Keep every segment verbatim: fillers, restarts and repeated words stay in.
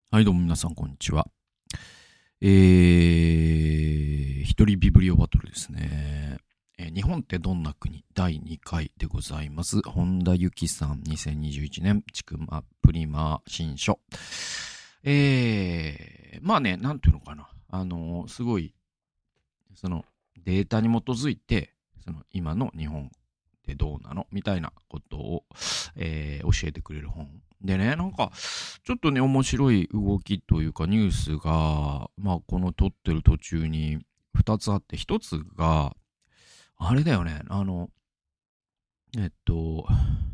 はい、どうも皆さん、こんにちは。えー、一人ビブリオバトルですね。えー日本ってどんな国だいにかいでございます。本田由紀さん、にせんにじゅういちねん、ちくまプリマ新書。えー、まあね、なんていうのかな。あのーすごい、その、データに基づいて、その、今の日本ってどうなのみたいなことを、えー教えてくれる本。でね、なんか、ちょっとね、面白い動きというかニュースが、まあ、この撮ってる途中にふたつあって、ひとつが、あれだよね、あの、えっと、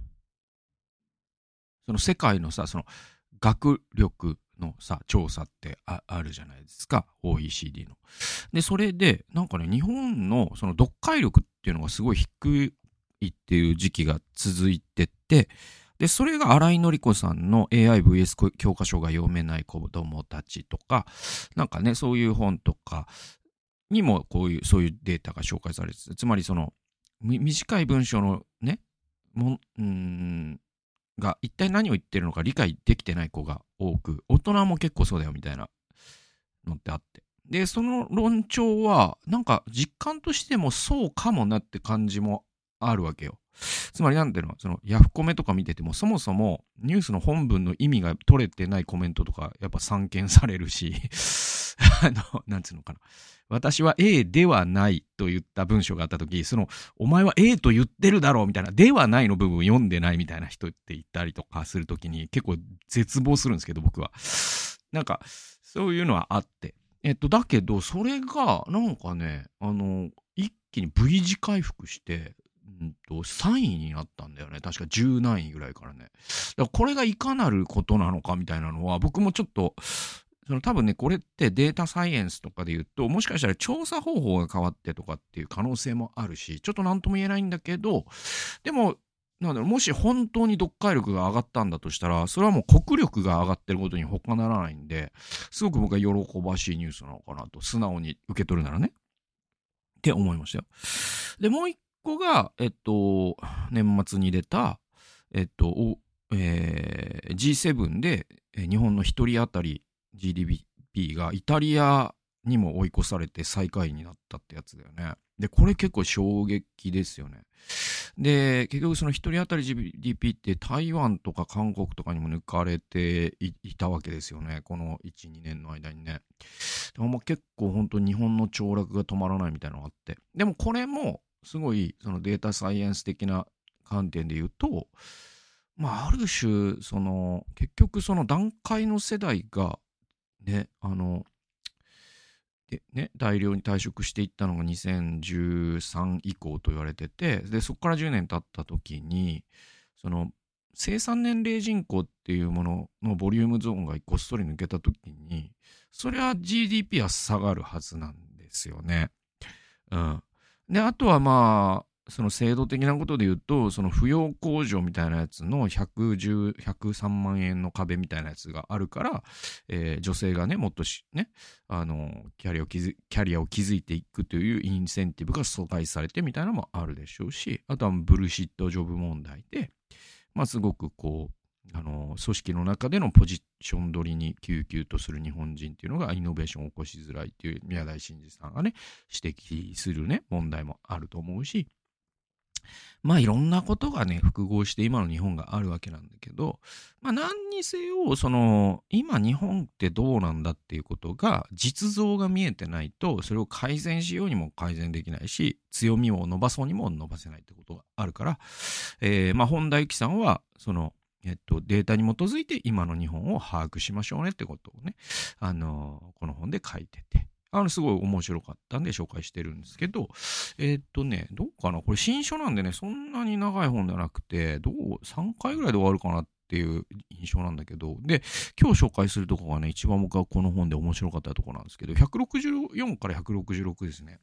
その世界のさ、その学力のさ、調査ってああるじゃないですか、オーイーシーディー の。で、それで、なんかね、日本のその読解力っていうのがすごい低いっていう時期が続いてて、で、それが新井のり子さんの エーアイブイエス 教科書が読めない子供たちとか、なんかね、そういう本とかにもこういう、そういうデータが紹介されてて、つまりその、短い文章のね、もん、うーん、が一体何を言ってるのか理解できてない子が多く、大人も結構そうだよみたいなのってあって。で、その論調は、なんか実感としてもそうかもなって感じもあるわけよ。つまりなんていうの、そのヤフコメとか見てても、そもそもニュースの本文の意味が取れてないコメントとか、やっぱ散見されるし、あの、なんつうのかな。私は A ではないと言った文章があったとき、その、お前は A と言ってるだろうみたいな、ではないの部分を読んでないみたいな人って言ったりとかするときに結構絶望するんですけど、僕は。なんか、そういうのはあって。えっと、だけど、それが、なんかね、あの、一気に V 字回復して、うんと、さんいになったんだよね。確かじゅう何位ぐらいからね。だからこれがいかなることなのかみたいなのは、僕もちょっと、その多分ね、これってデータサイエンスとかで言うと、もしかしたら調査方法が変わってとかっていう可能性もあるし、ちょっと何とも言えないんだけど、でも、なんだろう、もし本当に読解力が上がったんだとしたら、それはもう国力が上がってることに他ならないんで、すごく僕は喜ばしいニュースなのかなと、素直に受け取るならね、って思いましたよ。で、もう一個が、えっと、年末に出た、えっと、おえー ジーセブン で、えー日本の一人当たり ジーディーピー がイタリアにも追い越されて最下位になったってやつだよね。で、これ結構衝撃ですよね。で、結局その一人当たり ジーディーピー って台湾とか韓国とかにも抜かれて い, いたわけですよね。このいち、にねんの間にね。でもまあ結構本当に日本の凋落が止まらないみたいなのがあって。でもこれもすごいそのデータサイエンス的な観点で言うと、まあある種、その結局その段階の世代がね、あの、でね、大量に退職していったのがにせんじゅうさん以降と言われてて、で、そこからじゅうねん経った時に、その、生産年齢人口っていうもののボリュームゾーンがごっそり抜けた時に、それは ジーディーピー は下がるはずなんですよね。うん。で、あとはまあ、その制度的なことで言うと、その扶養控除みたいなやつのひゃくじゅう、ひゃくさんまん円の壁みたいなやつがあるから、えー女性がね、もっとし、ね、あの、キャリアを築キャリアを築いていくというインセンティブが阻害されてみたいなのもあるでしょうし、あとはブルシットジョブ問題で、まあすごくこう、あの、組織の中でのポジション取りに救急とする日本人っていうのがイノベーションを起こしづらいっていう宮台真司さんがね、指摘するね、問題もあると思うし、まあいろんなことがね、複合して今の日本があるわけなんだけど、まあ何にせよ、その、今日本ってどうなんだっていうことが、実像が見えてないと、それを改善しようにも改善できないし、強みを伸ばそうにも伸ばせないってことがあるから、えー、まあ本田由紀さんは、その、えっと、データに基づいて今の日本を把握しましょうねってことをね、あのーこの本で書いてて、あの、すごい面白かったんで紹介してるんですけど、えーっとね、どうかなこれ新書なんでね、そんなに長い本じゃなくて、どう、さんかいぐらいで終わるかなっていう印象なんだけど、で、今日紹介するとこがね、一番僕はこの本で面白かったとこなんですけど、ひゃくろくじゅうよんからひゃくろくじゅうろくですね。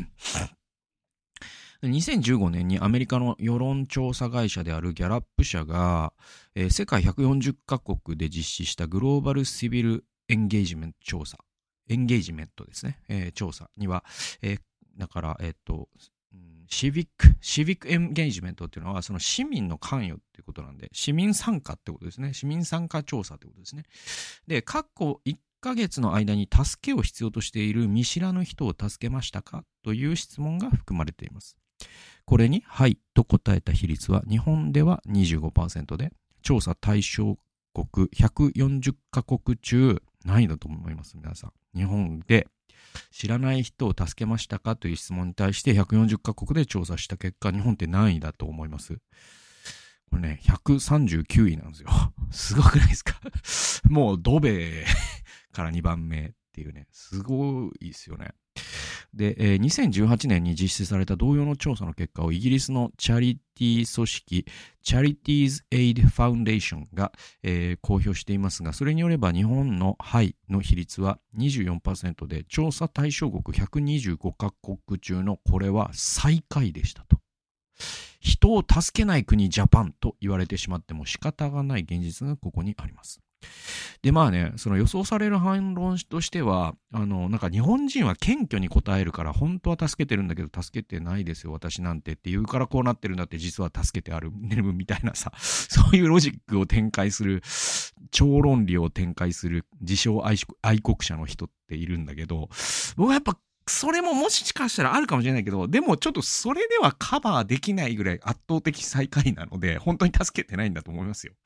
にせんじゅうごねんにアメリカの世論調査会社であるギャラップ社が、えー世界ひゃくよんじゅっカ国で実施したグローバルシビルエンゲージメント調査、エンゲージメントですね、えー調査には、えーだから、えっと、 シビック、シビックエンゲージメントっていうのは、その市民の関与っていうことなんで、市民参加ってことですね。市民参加調査ってことですね。で、過去いっかげつの間に助けを必要としている見知らぬ人を助けましたかという質問が含まれています。これに、はいと答えた比率は、日本では にじゅうごパーセント で、調査対象国ひゃくよんじゅっかこく中、何位だと思います皆さん。日本で知らない人を助けましたかという質問に対してひゃくよんじゅっかこくで調査した結果、日本って何位だと思います？これね、ひゃくさんじゅうきゅういなんですよ。すごくないですか？もうドベからにばんめっていうね、すごいですよね。で、えー、にせんじゅうはちねんに実施された同様の調査の結果をイギリスのチャリティー組織 Charities Aid Foundation が、えー、公表していますが、それによれば日本のはいの比率は にじゅうよんパーセント で、調査対象国ひゃくにじゅうごかこく中のこれは最下位でしたと。人を助けない国ジャパンと言われてしまっても仕方がない現実がここにあります。で、まあね、その予想される反論としては、あの、なんか日本人は謙虚に答えるから、本当は助けてるんだけど、助けてないですよ、私なんてって言うからこうなってるんだって、実は助けてあるみたいなさ、そういうロジックを展開する、超論理を展開する自称愛愛国者の人っているんだけど、僕はやっぱ、それももしかしたらあるかもしれないけど、でもちょっとそれではカバーできないぐらい圧倒的最下位なので、本当に助けてないんだと思いますよ。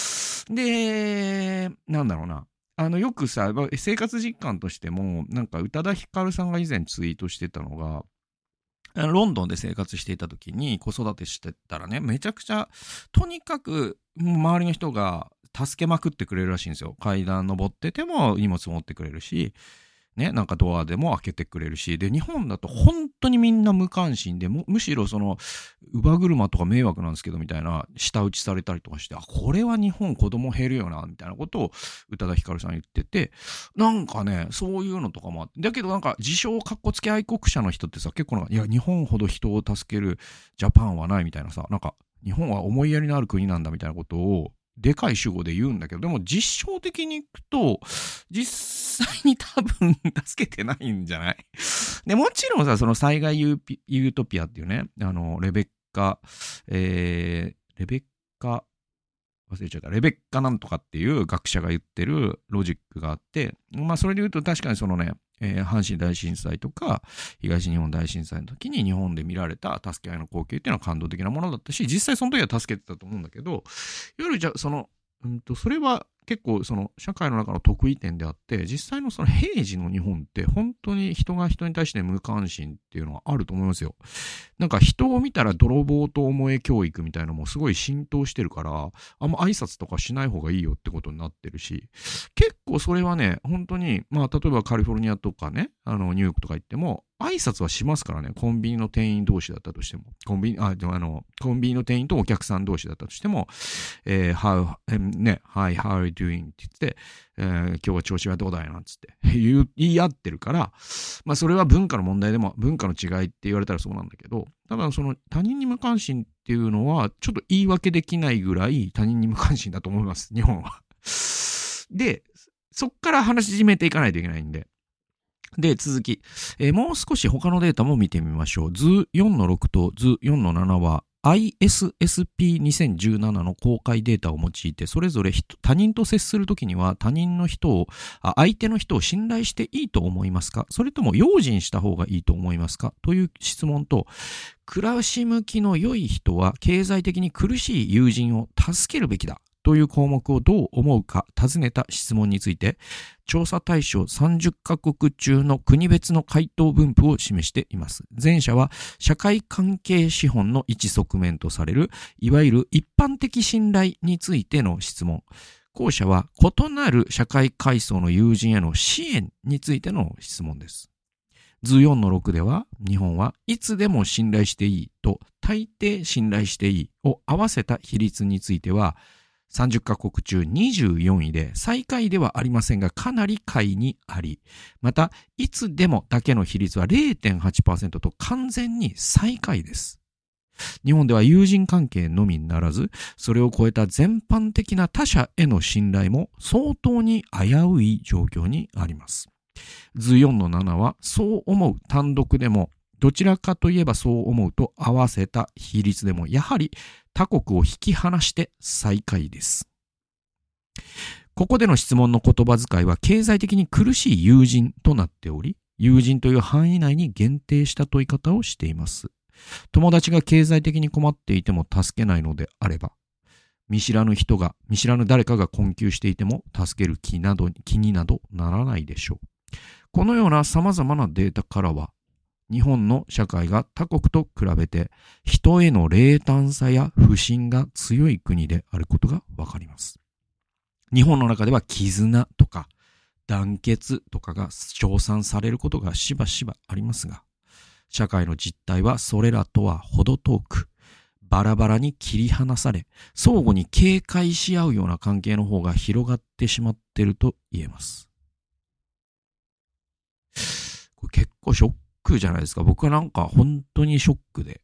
で、なんだろうな。あの、よくさ、生活実感としても、なんか宇多田ヒカルさんが以前ツイートしてたのが、ロンドンで生活していた時に子育てしてたらね、めちゃくちゃ、とにかく周りの人が助けまくってくれるらしいんですよ。階段登ってても荷物持ってくれるし、ね、なんかドアでも開けてくれるし、で、日本だと本当にみんな無関心で、む、むしろその、乳母車とか迷惑なんですけど、みたいな、舌打ちされたりとかして、あ、これは日本子供減るよな、みたいなことを宇多田ヒカルさん言ってて、なんかね、そういうのとかもあって、だけどなんか自称かっこつけ愛国者の人ってさ、結構なんか、いや、日本ほど人を助けるジャパンはないみたいなさ、なんか、日本は思いやりのある国なんだみたいなことを、でかい主語で言うんだけど、でも実証的にいくと、実際に多分助けてないんじゃない？で、もちろんさ、その災害ユーピ、ユートピアっていうね、あの、レベッカ、えー、レベッカ、忘れちゃった。レベッカなんとかっていう学者が言ってるロジックがあって、まあそれで言うと確かにそのね、えー、阪神大震災とか東日本大震災の時に日本で見られた助け合いの光景っていうのは感動的なものだったし、実際その時は助けてたと思うんだけど、いわゆるじゃその、うんと、それは結構その社会の中の得意点であって、実際のその平時の日本って本当に人が人に対して無関心っていうのはあると思いますよ。なんか人を見たら泥棒と思え教育みたいなのもすごい浸透してるから、あんま挨拶とかしない方がいいよってことになってるし、結構それはね、本当に、まあ例えばカリフォルニアとかね、あのニューヨークとか行っても、挨拶はしますからね。コンビニの店員同士だったとしても。コンビニ、あ、でもあの、コンビニの店員とお客さん同士だったとしても、えー、how, えー、ね、hi, how are you doing? って言って、えー、今日は調子はどうだいなっつって言い、言い合ってるから、まあそれは文化の問題でも、文化の違いって言われたらそうなんだけど、ただその他人に無関心っていうのは、ちょっと言い訳できないぐらい他人に無関心だと思います、日本は。で、そっから話し締めていかないといけないんで。で、続き、えー、もう少し他のデータも見てみましょう。図 よんのろく と図 よんのなな は アイエスエスピーにせんじゅうなな の公開データを用いて、それぞれ他人と接するときには他人の人を、相手の人を信頼していいと思いますか？それとも用心した方がいいと思いますか？という質問と、暮らし向きの良い人は経済的に苦しい友人を助けるべきだ。という項目をどう思うか尋ねた質問について、調査対象さんじゅっかこく中の国別の回答分布を示しています。前者は社会関係資本の一側面とされる、いわゆる一般的信頼についての質問。後者は異なる社会階層の友人への支援についての質問です。図 よんのろく では、日本はいつでも信頼していいと大抵信頼していいを合わせた比率については、さんじゅっかこく中にじゅうよんいで最下位ではありませんがかなり下位にあり、またいつでもだけの比率は れいてんはちパーセント と完全に最下位です。日本では友人関係のみならず、それを超えた全般的な他者への信頼も相当に危うい状況にあります。図 よんのなな はそう思う単独でもどちらかといえばそう思うと合わせた比率でもやはり他国を引き離して最下位です。ここでの質問の言葉遣いは経済的に苦しい友人となっており、友人という範囲内に限定した問い方をしています。友達が経済的に困っていても助けないのであれば、見知らぬ人が、見知らぬ誰かが困窮していても助ける気など、気になどならないでしょう。このような様々なデータからは、日本の社会が他国と比べて人への冷淡さや不信が強い国であることがわかります。日本の中では絆とか団結とかが称賛されることがしばしばありますが、社会の実態はそれらとは程遠く、バラバラに切り離され、相互に警戒し合うような関係の方が広がってしまっていると言えます。これ結構ショックじゃないですか。僕はなんか本当にショックで。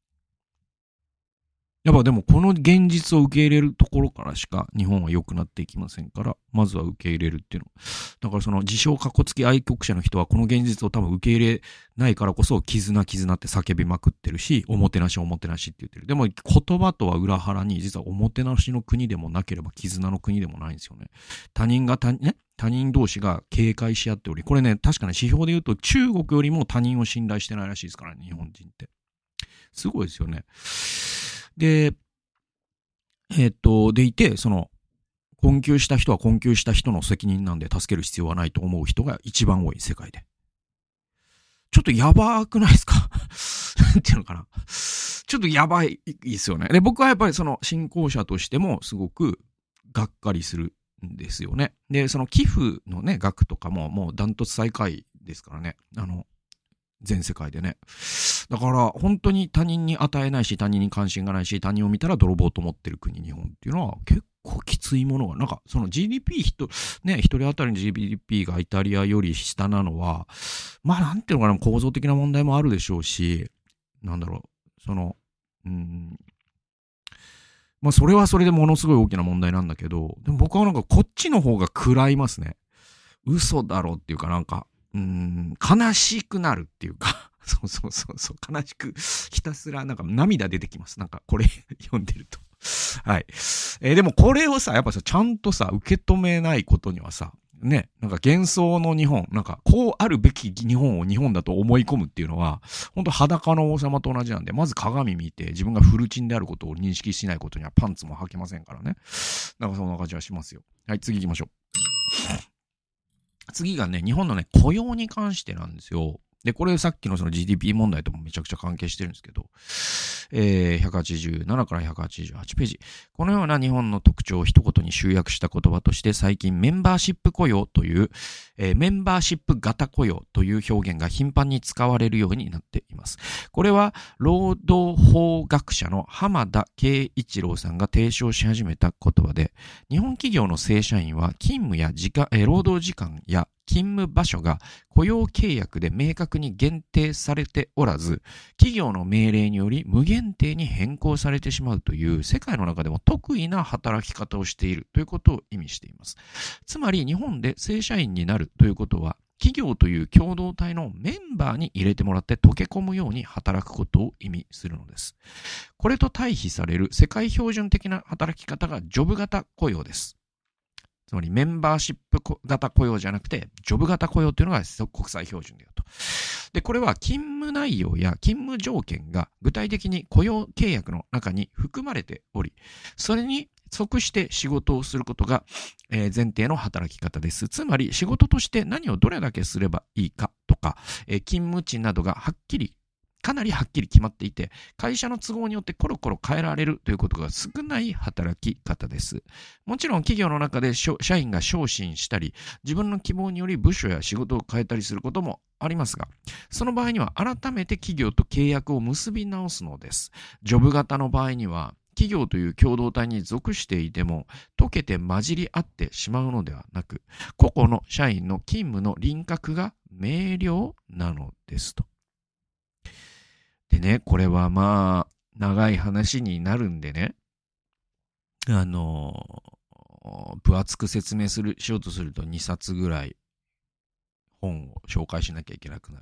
やっぱでもこの現実を受け入れるところからしか日本は良くなっていきませんから、まずは受け入れるっていうの。だからその自称カッコつき愛国者の人はこの現実を多分受け入れないからこそ絆絆って叫びまくってるし、おもてなしおもてなしって言ってる。でも言葉とは裏腹に実はおもてなしの国でもなければ絆の国でもないんですよね。他人が他、ね、他人同士が警戒し合っており、これね、確かに指標で言うと中国よりも他人を信頼してないらしいですからね、日本人って。すごいですよね。で、えっと、でいて、その、困窮した人は困窮した人の責任なんで助ける必要はないと思う人が一番多い、世界で。ちょっとやばくないですかなんていうのかな。ちょっとやばいですよね。で、僕はやっぱりその信仰者としてもすごくがっかりするんですよね。で、その寄付のね、額とかももうダントツ最下位ですからね。あの、全世界でね。だから本当に他人に与えないし、他人に関心がないし、他人を見たら泥棒と思ってる国日本っていうのは結構きついものが、なんかその ジーディーピー 人、ね、一人当たりの ジーディーピー がイタリアより下なのは、まあなんていうのかな、構造的な問題もあるでしょうし、なんだろう、その、うん、まあそれはそれでものすごい大きな問題なんだけど、でも僕はなんかこっちの方が食らいますね。嘘だろっていうかなんか、うーん、悲しくなるっていうか、そうそうそうそう、悲しく、ひたすらなんか涙出てきます。なんかこれ読んでると。はい。えーでもこれをさ、やっぱさ、ちゃんとさ、受け止めないことにはさ、ね、なんか幻想の日本、なんかこうあるべき日本を日本だと思い込むっていうのは、本当裸の王様と同じなんで、まず鏡見て自分がフルチンであることを認識しないことにはパンツも履けませんからね。なんかそんな感じはしますよ。はい、次行きましょう。次がね、日本のね、雇用に関してなんですよ。で、これさっきのその ジーディーピー 問題ともめちゃくちゃ関係してるんですけど、えー、ひゃくはちじゅうななからひゃくはちじゅうはちページ。このような日本の特徴を一言に集約した言葉として、最近メンバーシップ雇用という、えー、メンバーシップ型雇用という表現が頻繁に使われるようになっています。これは、労働法学者の浜田圭一郎さんが提唱し始めた言葉で、日本企業の正社員は勤務や時間、えー、労働時間や勤務場所が雇用契約で明確に限定されておらず、企業の命令により無限定に変更されてしまうという世界の中でも特異な働き方をしているということを意味しています。つまり日本で正社員になるということは、企業という共同体のメンバーに入れてもらって溶け込むように働くことを意味するのです。これと対比される世界標準的な働き方がジョブ型雇用です。つまりメンバーシップ型雇用じゃなくて、ジョブ型雇用というのが国際標準だよと。で、これは勤務内容や勤務条件が具体的に雇用契約の中に含まれており、それに即して仕事をすることが、えー、前提の働き方です。つまり仕事として何をどれだけすればいいかとか、えー、勤務地などがはっきりかなりはっきり決まっていて、会社の都合によってコロコロ変えられるということが少ない働き方です。もちろん企業の中で社員が昇進したり、自分の希望により部署や仕事を変えたりすることもありますが、その場合には改めて企業と契約を結び直すのです。ジョブ型の場合には、企業という共同体に属していても、溶けて混じり合ってしまうのではなく、個々の社員の勤務の輪郭が明瞭なのですと。でね、これはまあ、長い話になるんでね、あの、分厚く説明する、しようとするとにさつぐらい本を紹介しなきゃいけなくなる。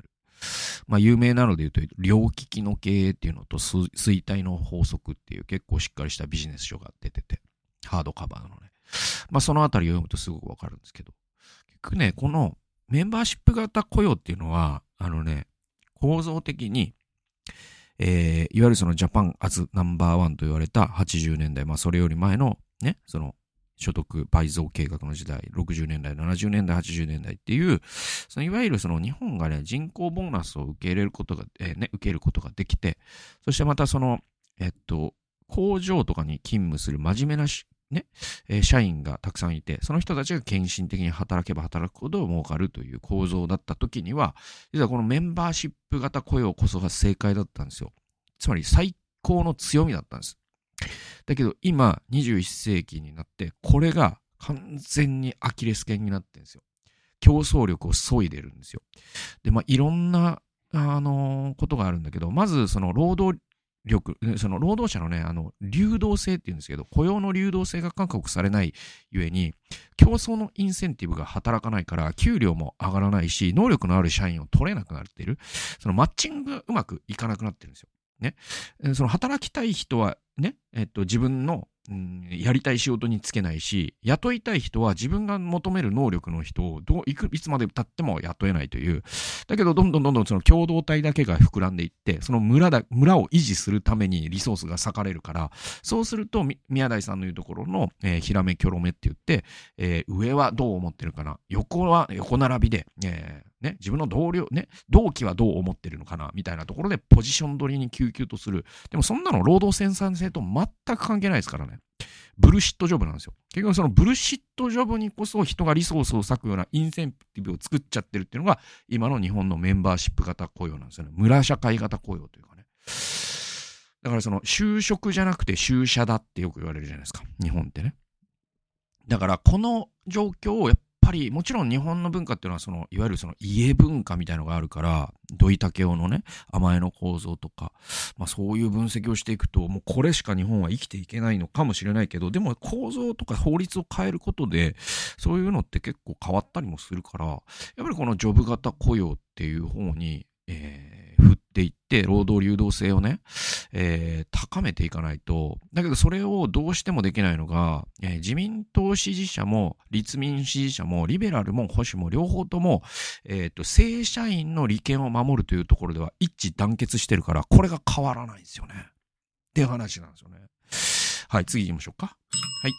まあ有名なので言うと、両利きの経営っていうのと衰退の法則っていう結構しっかりしたビジネス書が出てて、ハードカバーのね。まあそのあたりを読むとすごくわかるんですけど、結局ね、このメンバーシップ型雇用っていうのは、あのね、構造的に、えー、いわゆるそのジャパンアズナンバーワンと言われたはちじゅうねんだい、まあそれより前のね、その所得倍増計画の時代、ろくじゅうねんだい、ななじゅうねんだい、はちじゅうねんだいっていう、そのいわゆるその日本がね、人口ボーナスを受け入れることが、えー、ね、受けることができて、そしてまたその、えっと、工場とかに勤務する真面目なし、ね、えー、社員がたくさんいて、その人たちが献身的に働けば働くほど儲かるという構造だった時には、実はこのメンバーシップ型雇用こそが正解だったんですよ。つまり最高の強みだったんです。だけど今にじゅういっせいきになってこれが完全にアキレス腱になってるんですよ。競争力を削いでるんですよ。で、まあいろんな、あのー、ことがあるんだけど、まずその労働力、その労働者のね、あの、流動性って言うんですけど、雇用の流動性が確保されないゆえに、競争のインセンティブが働かないから、給料も上がらないし、能力のある社員を取れなくなっている。そのマッチングがうまくいかなくなってるんですよ。ね。その働きたい人はね、えっと、自分の、うん、やりたい仕事に就けないし、雇いたい人は自分が求める能力の人をどういくいつまで経っても雇えないという。だけど、どんどんどんどんその共同体だけが膨らんでいって、その村だ、村を維持するためにリソースが割かれるから、そうすると、宮台さんの言うところの、えー、ひらめきょろめって言って、えー、上はどう思ってるかな、横は横並びで、えーね、自分の同僚、ね、同期はどう思ってるのかなみたいなところでポジション取りに救急とする。でもそんなの労働生産性と全く関係ないですからね。ブルシットジョブなんですよ。結局そのブルシットジョブにこそ人がリソースを割くようなインセンティブを作っちゃってるっていうのが今の日本のメンバーシップ型雇用なんですよね。村社会型雇用というかね。だからその就職じゃなくて就社だってよく言われるじゃないですか。日本ってね。だからこの状況をやっぱりもちろん日本の文化っていうのはそのいわゆるその家文化みたいなのがあるから土井武雄のね甘えの構造とか、まあ、そういう分析をしていくともうこれしか日本は生きていけないのかもしれないけどでも構造とか法律を変えることでそういうのって結構変わったりもするからやっぱりこのジョブ型雇用っていう方に、えー、振っていって労働流動性をね、えー、高めていかないとだけどそれをどうしてもできないのが、えー、自民党支持者も立民支持者もリベラルも保守も両方とも、えーと、正社員の利権を守るというところでは一致団結してるからこれが変わらないんですよねっていう話なんですよね。はい次行きましょうか。はい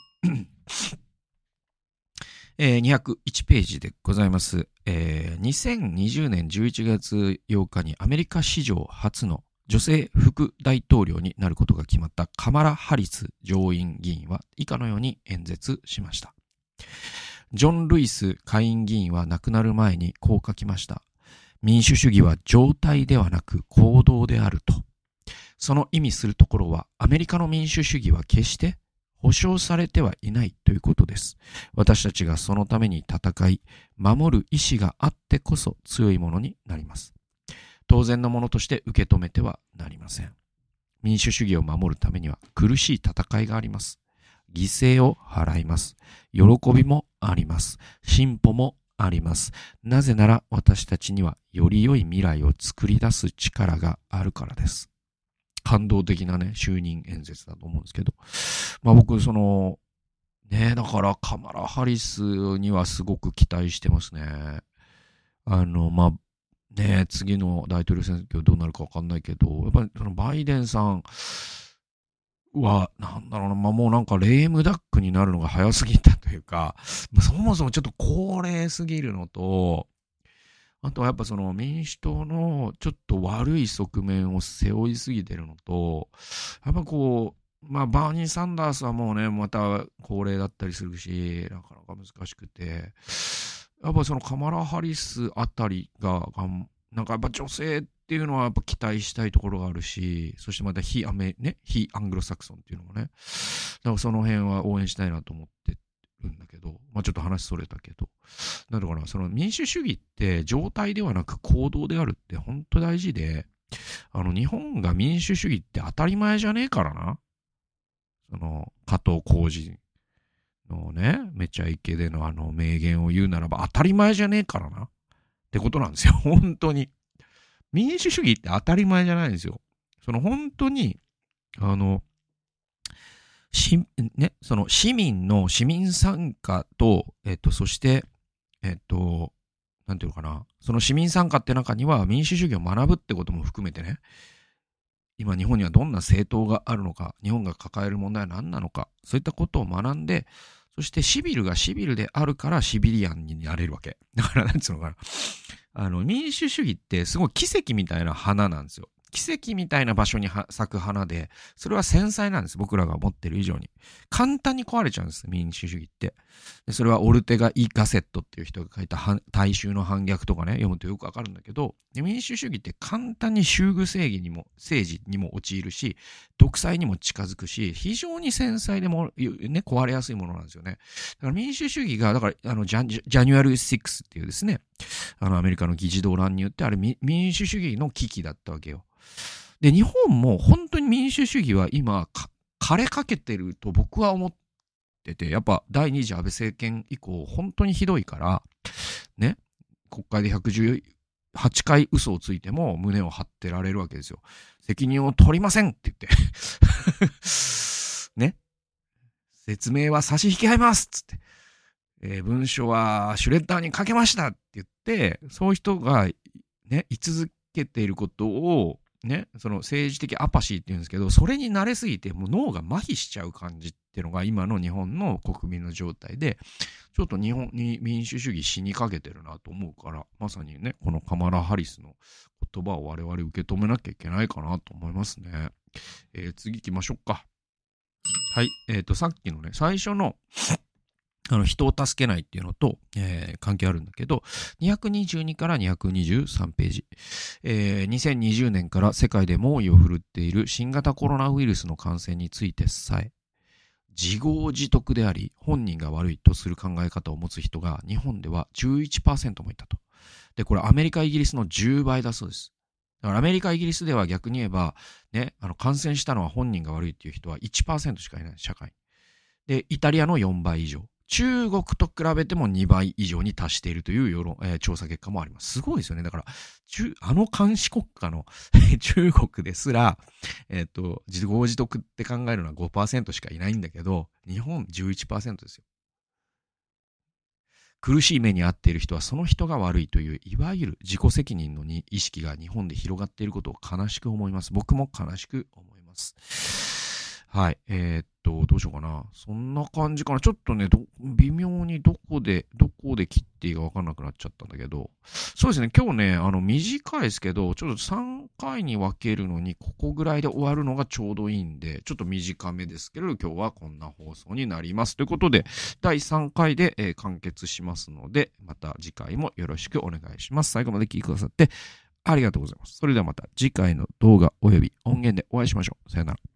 えー、にひゃくいちページでございます、えー。にせんにじゅうねんじゅういちがつようかにアメリカ史上初の女性副大統領になることが決まったカマラ・ハリス上院議員は以下のように演説しました。ジョン・ルイス下院議員は亡くなる前にこう書きました。民主主義は状態ではなく行動であると。その意味するところはアメリカの民主主義は決して保障されてはいないということです。私たちがそのために戦い、守る意志があってこそ強いものになります。当然のものとして受け止めてはなりません。民主主義を守るためには苦しい戦いがあります。犠牲を払います。喜びもあります。進歩もあります。なぜなら私たちにはより良い未来を作り出す力があるからです。感動的なね、就任演説だと思うんですけど。まあ僕、その、ね、だからカマラ・ハリスにはすごく期待してますね。あの、まあ、ね、次の大統領選挙どうなるかわかんないけど、やっぱりそのバイデンさんは、なんだろうな、まあもうなんかレームダックになるのが早すぎたというか、そもそもちょっと高齢すぎるのと、あとはやっぱその民主党のちょっと悪い側面を背負いすぎてるのと、やっぱこう、まあバーニー・サンダースはもうね、また高齢だったりするし、なかなか難しくて、やっぱそのカマラ・ハリスあたりが、なんかやっぱ女性っていうのはやっぱ期待したいところがあるし、そしてまた非アメ、ね、非アングロサクソンっていうのもね、だからその辺は応援したいなと思ってるんだけど、まあちょっと話それたけど、なるかな、その民主主義って状態ではなく行動であるって本当大事で、あの日本が民主主義って当たり前じゃねえからな。その加藤浩次のね、めちゃイケでのあの名言を言うならば当たり前じゃねえからなってことなんですよ。本当に。 民主主義って当たり前じゃないんですよ。その本当に、あの、し、ね、その市民の市民参加と、えっと、そして、えっと、なんていうのかな、その市民参加って中には民主主義を学ぶってことも含めてね、今日本にはどんな政党があるのか、日本が抱える問題は何なのか、そういったことを学んで、そしてシビルがシビルであるからシビリアンになれるわけ。だからなんつうのかな。あの、民主主義ってすごい奇跡みたいな花なんですよ。奇跡みたいな場所に咲く花で、それは繊細なんです。僕らが思ってる以上に。簡単に壊れちゃうんです、民主主義って。でそれはオルテガ・イ・ガセットっていう人が書いた大衆の反逆とかね、読むとよくわかるんだけど、民主主義って簡単に修具正義にも、政治にも陥るし、独裁にも近づくし、非常に繊細でも、ね、壊れやすいものなんですよね。だから民主主義が、だから、あの、ジャ、ジャニュアルろくっていうですね、あの、アメリカの議事堂乱入って、あれ民主主義の危機だったわけよ。で、日本も本当に民主主義は今、枯れかけてると僕は思ってて、やっぱ第二次安倍政権以降、本当にひどいから、ね、国会でひゃくじゅうはちかい嘘をついても胸を張ってられるわけですよ。責任を取りませんって言って。ね。説明は差し引き合いますっつって。えー、文書はシュレッダーにかけましたって言って、そういう人がね、居続けていることを、ね、その政治的アパシーって言うんですけど、それに慣れすぎてもう脳が麻痺しちゃう感じっていうのが今の日本の国民の状態で、ちょっと日本に民主主義死にかけてるなと思うから、まさにね、このカマラ・ハリスの言葉を我々受け止めなきゃいけないかなと思いますね。えー、次行きましょうか。はい、えっと、さっきのね、最初のあの人を助けないっていうのと、えー、関係あるんだけど、にひゃくにじゅうにからにひゃくにじゅうさんページ、えー、にせんにじゅうねんから世界で猛威を振るっている新型コロナウイルスの感染についてさえ、自業自得であり本人が悪いとする考え方を持つ人が日本では じゅういちパーセント もいたと。で、これアメリカ、イギリスのじゅうばいだそうです。だからアメリカ、イギリスでは逆に言えば、ね、あの感染したのは本人が悪いっていう人は いちパーセント しかいない、社会。で、イタリアのよんばい以上。中国と比べてもにばい以上に達しているという世論、えー、調査結果もあります。すごいですよね。だから、中あの監視国家の中国ですら、えっと、自業自得って考えるのは ごパーセント しかいないんだけど、日本 じゅういちパーセント ですよ。苦しい目に遭っている人はその人が悪いという、いわゆる自己責任の意識が日本で広がっていることを悲しく思います。僕も悲しく思います。はい。えー、っと、どうしようかな。そんな感じかな。ちょっとね、ど微妙にどこで、どこで切っていいか分かんなくなっちゃったんだけど、そうですね、今日ね、あの、短いですけど、ちょっとさんかいに分けるのに、ここぐらいで終わるのがちょうどいいんで、ちょっと短めですけど、今日はこんな放送になります。ということで、だいさんかいで、えー、完結しますので、また次回もよろしくお願いします。最後まで聞いてくださって、ありがとうございます。それではまた次回の動画及び音源でお会いしましょう。さよなら。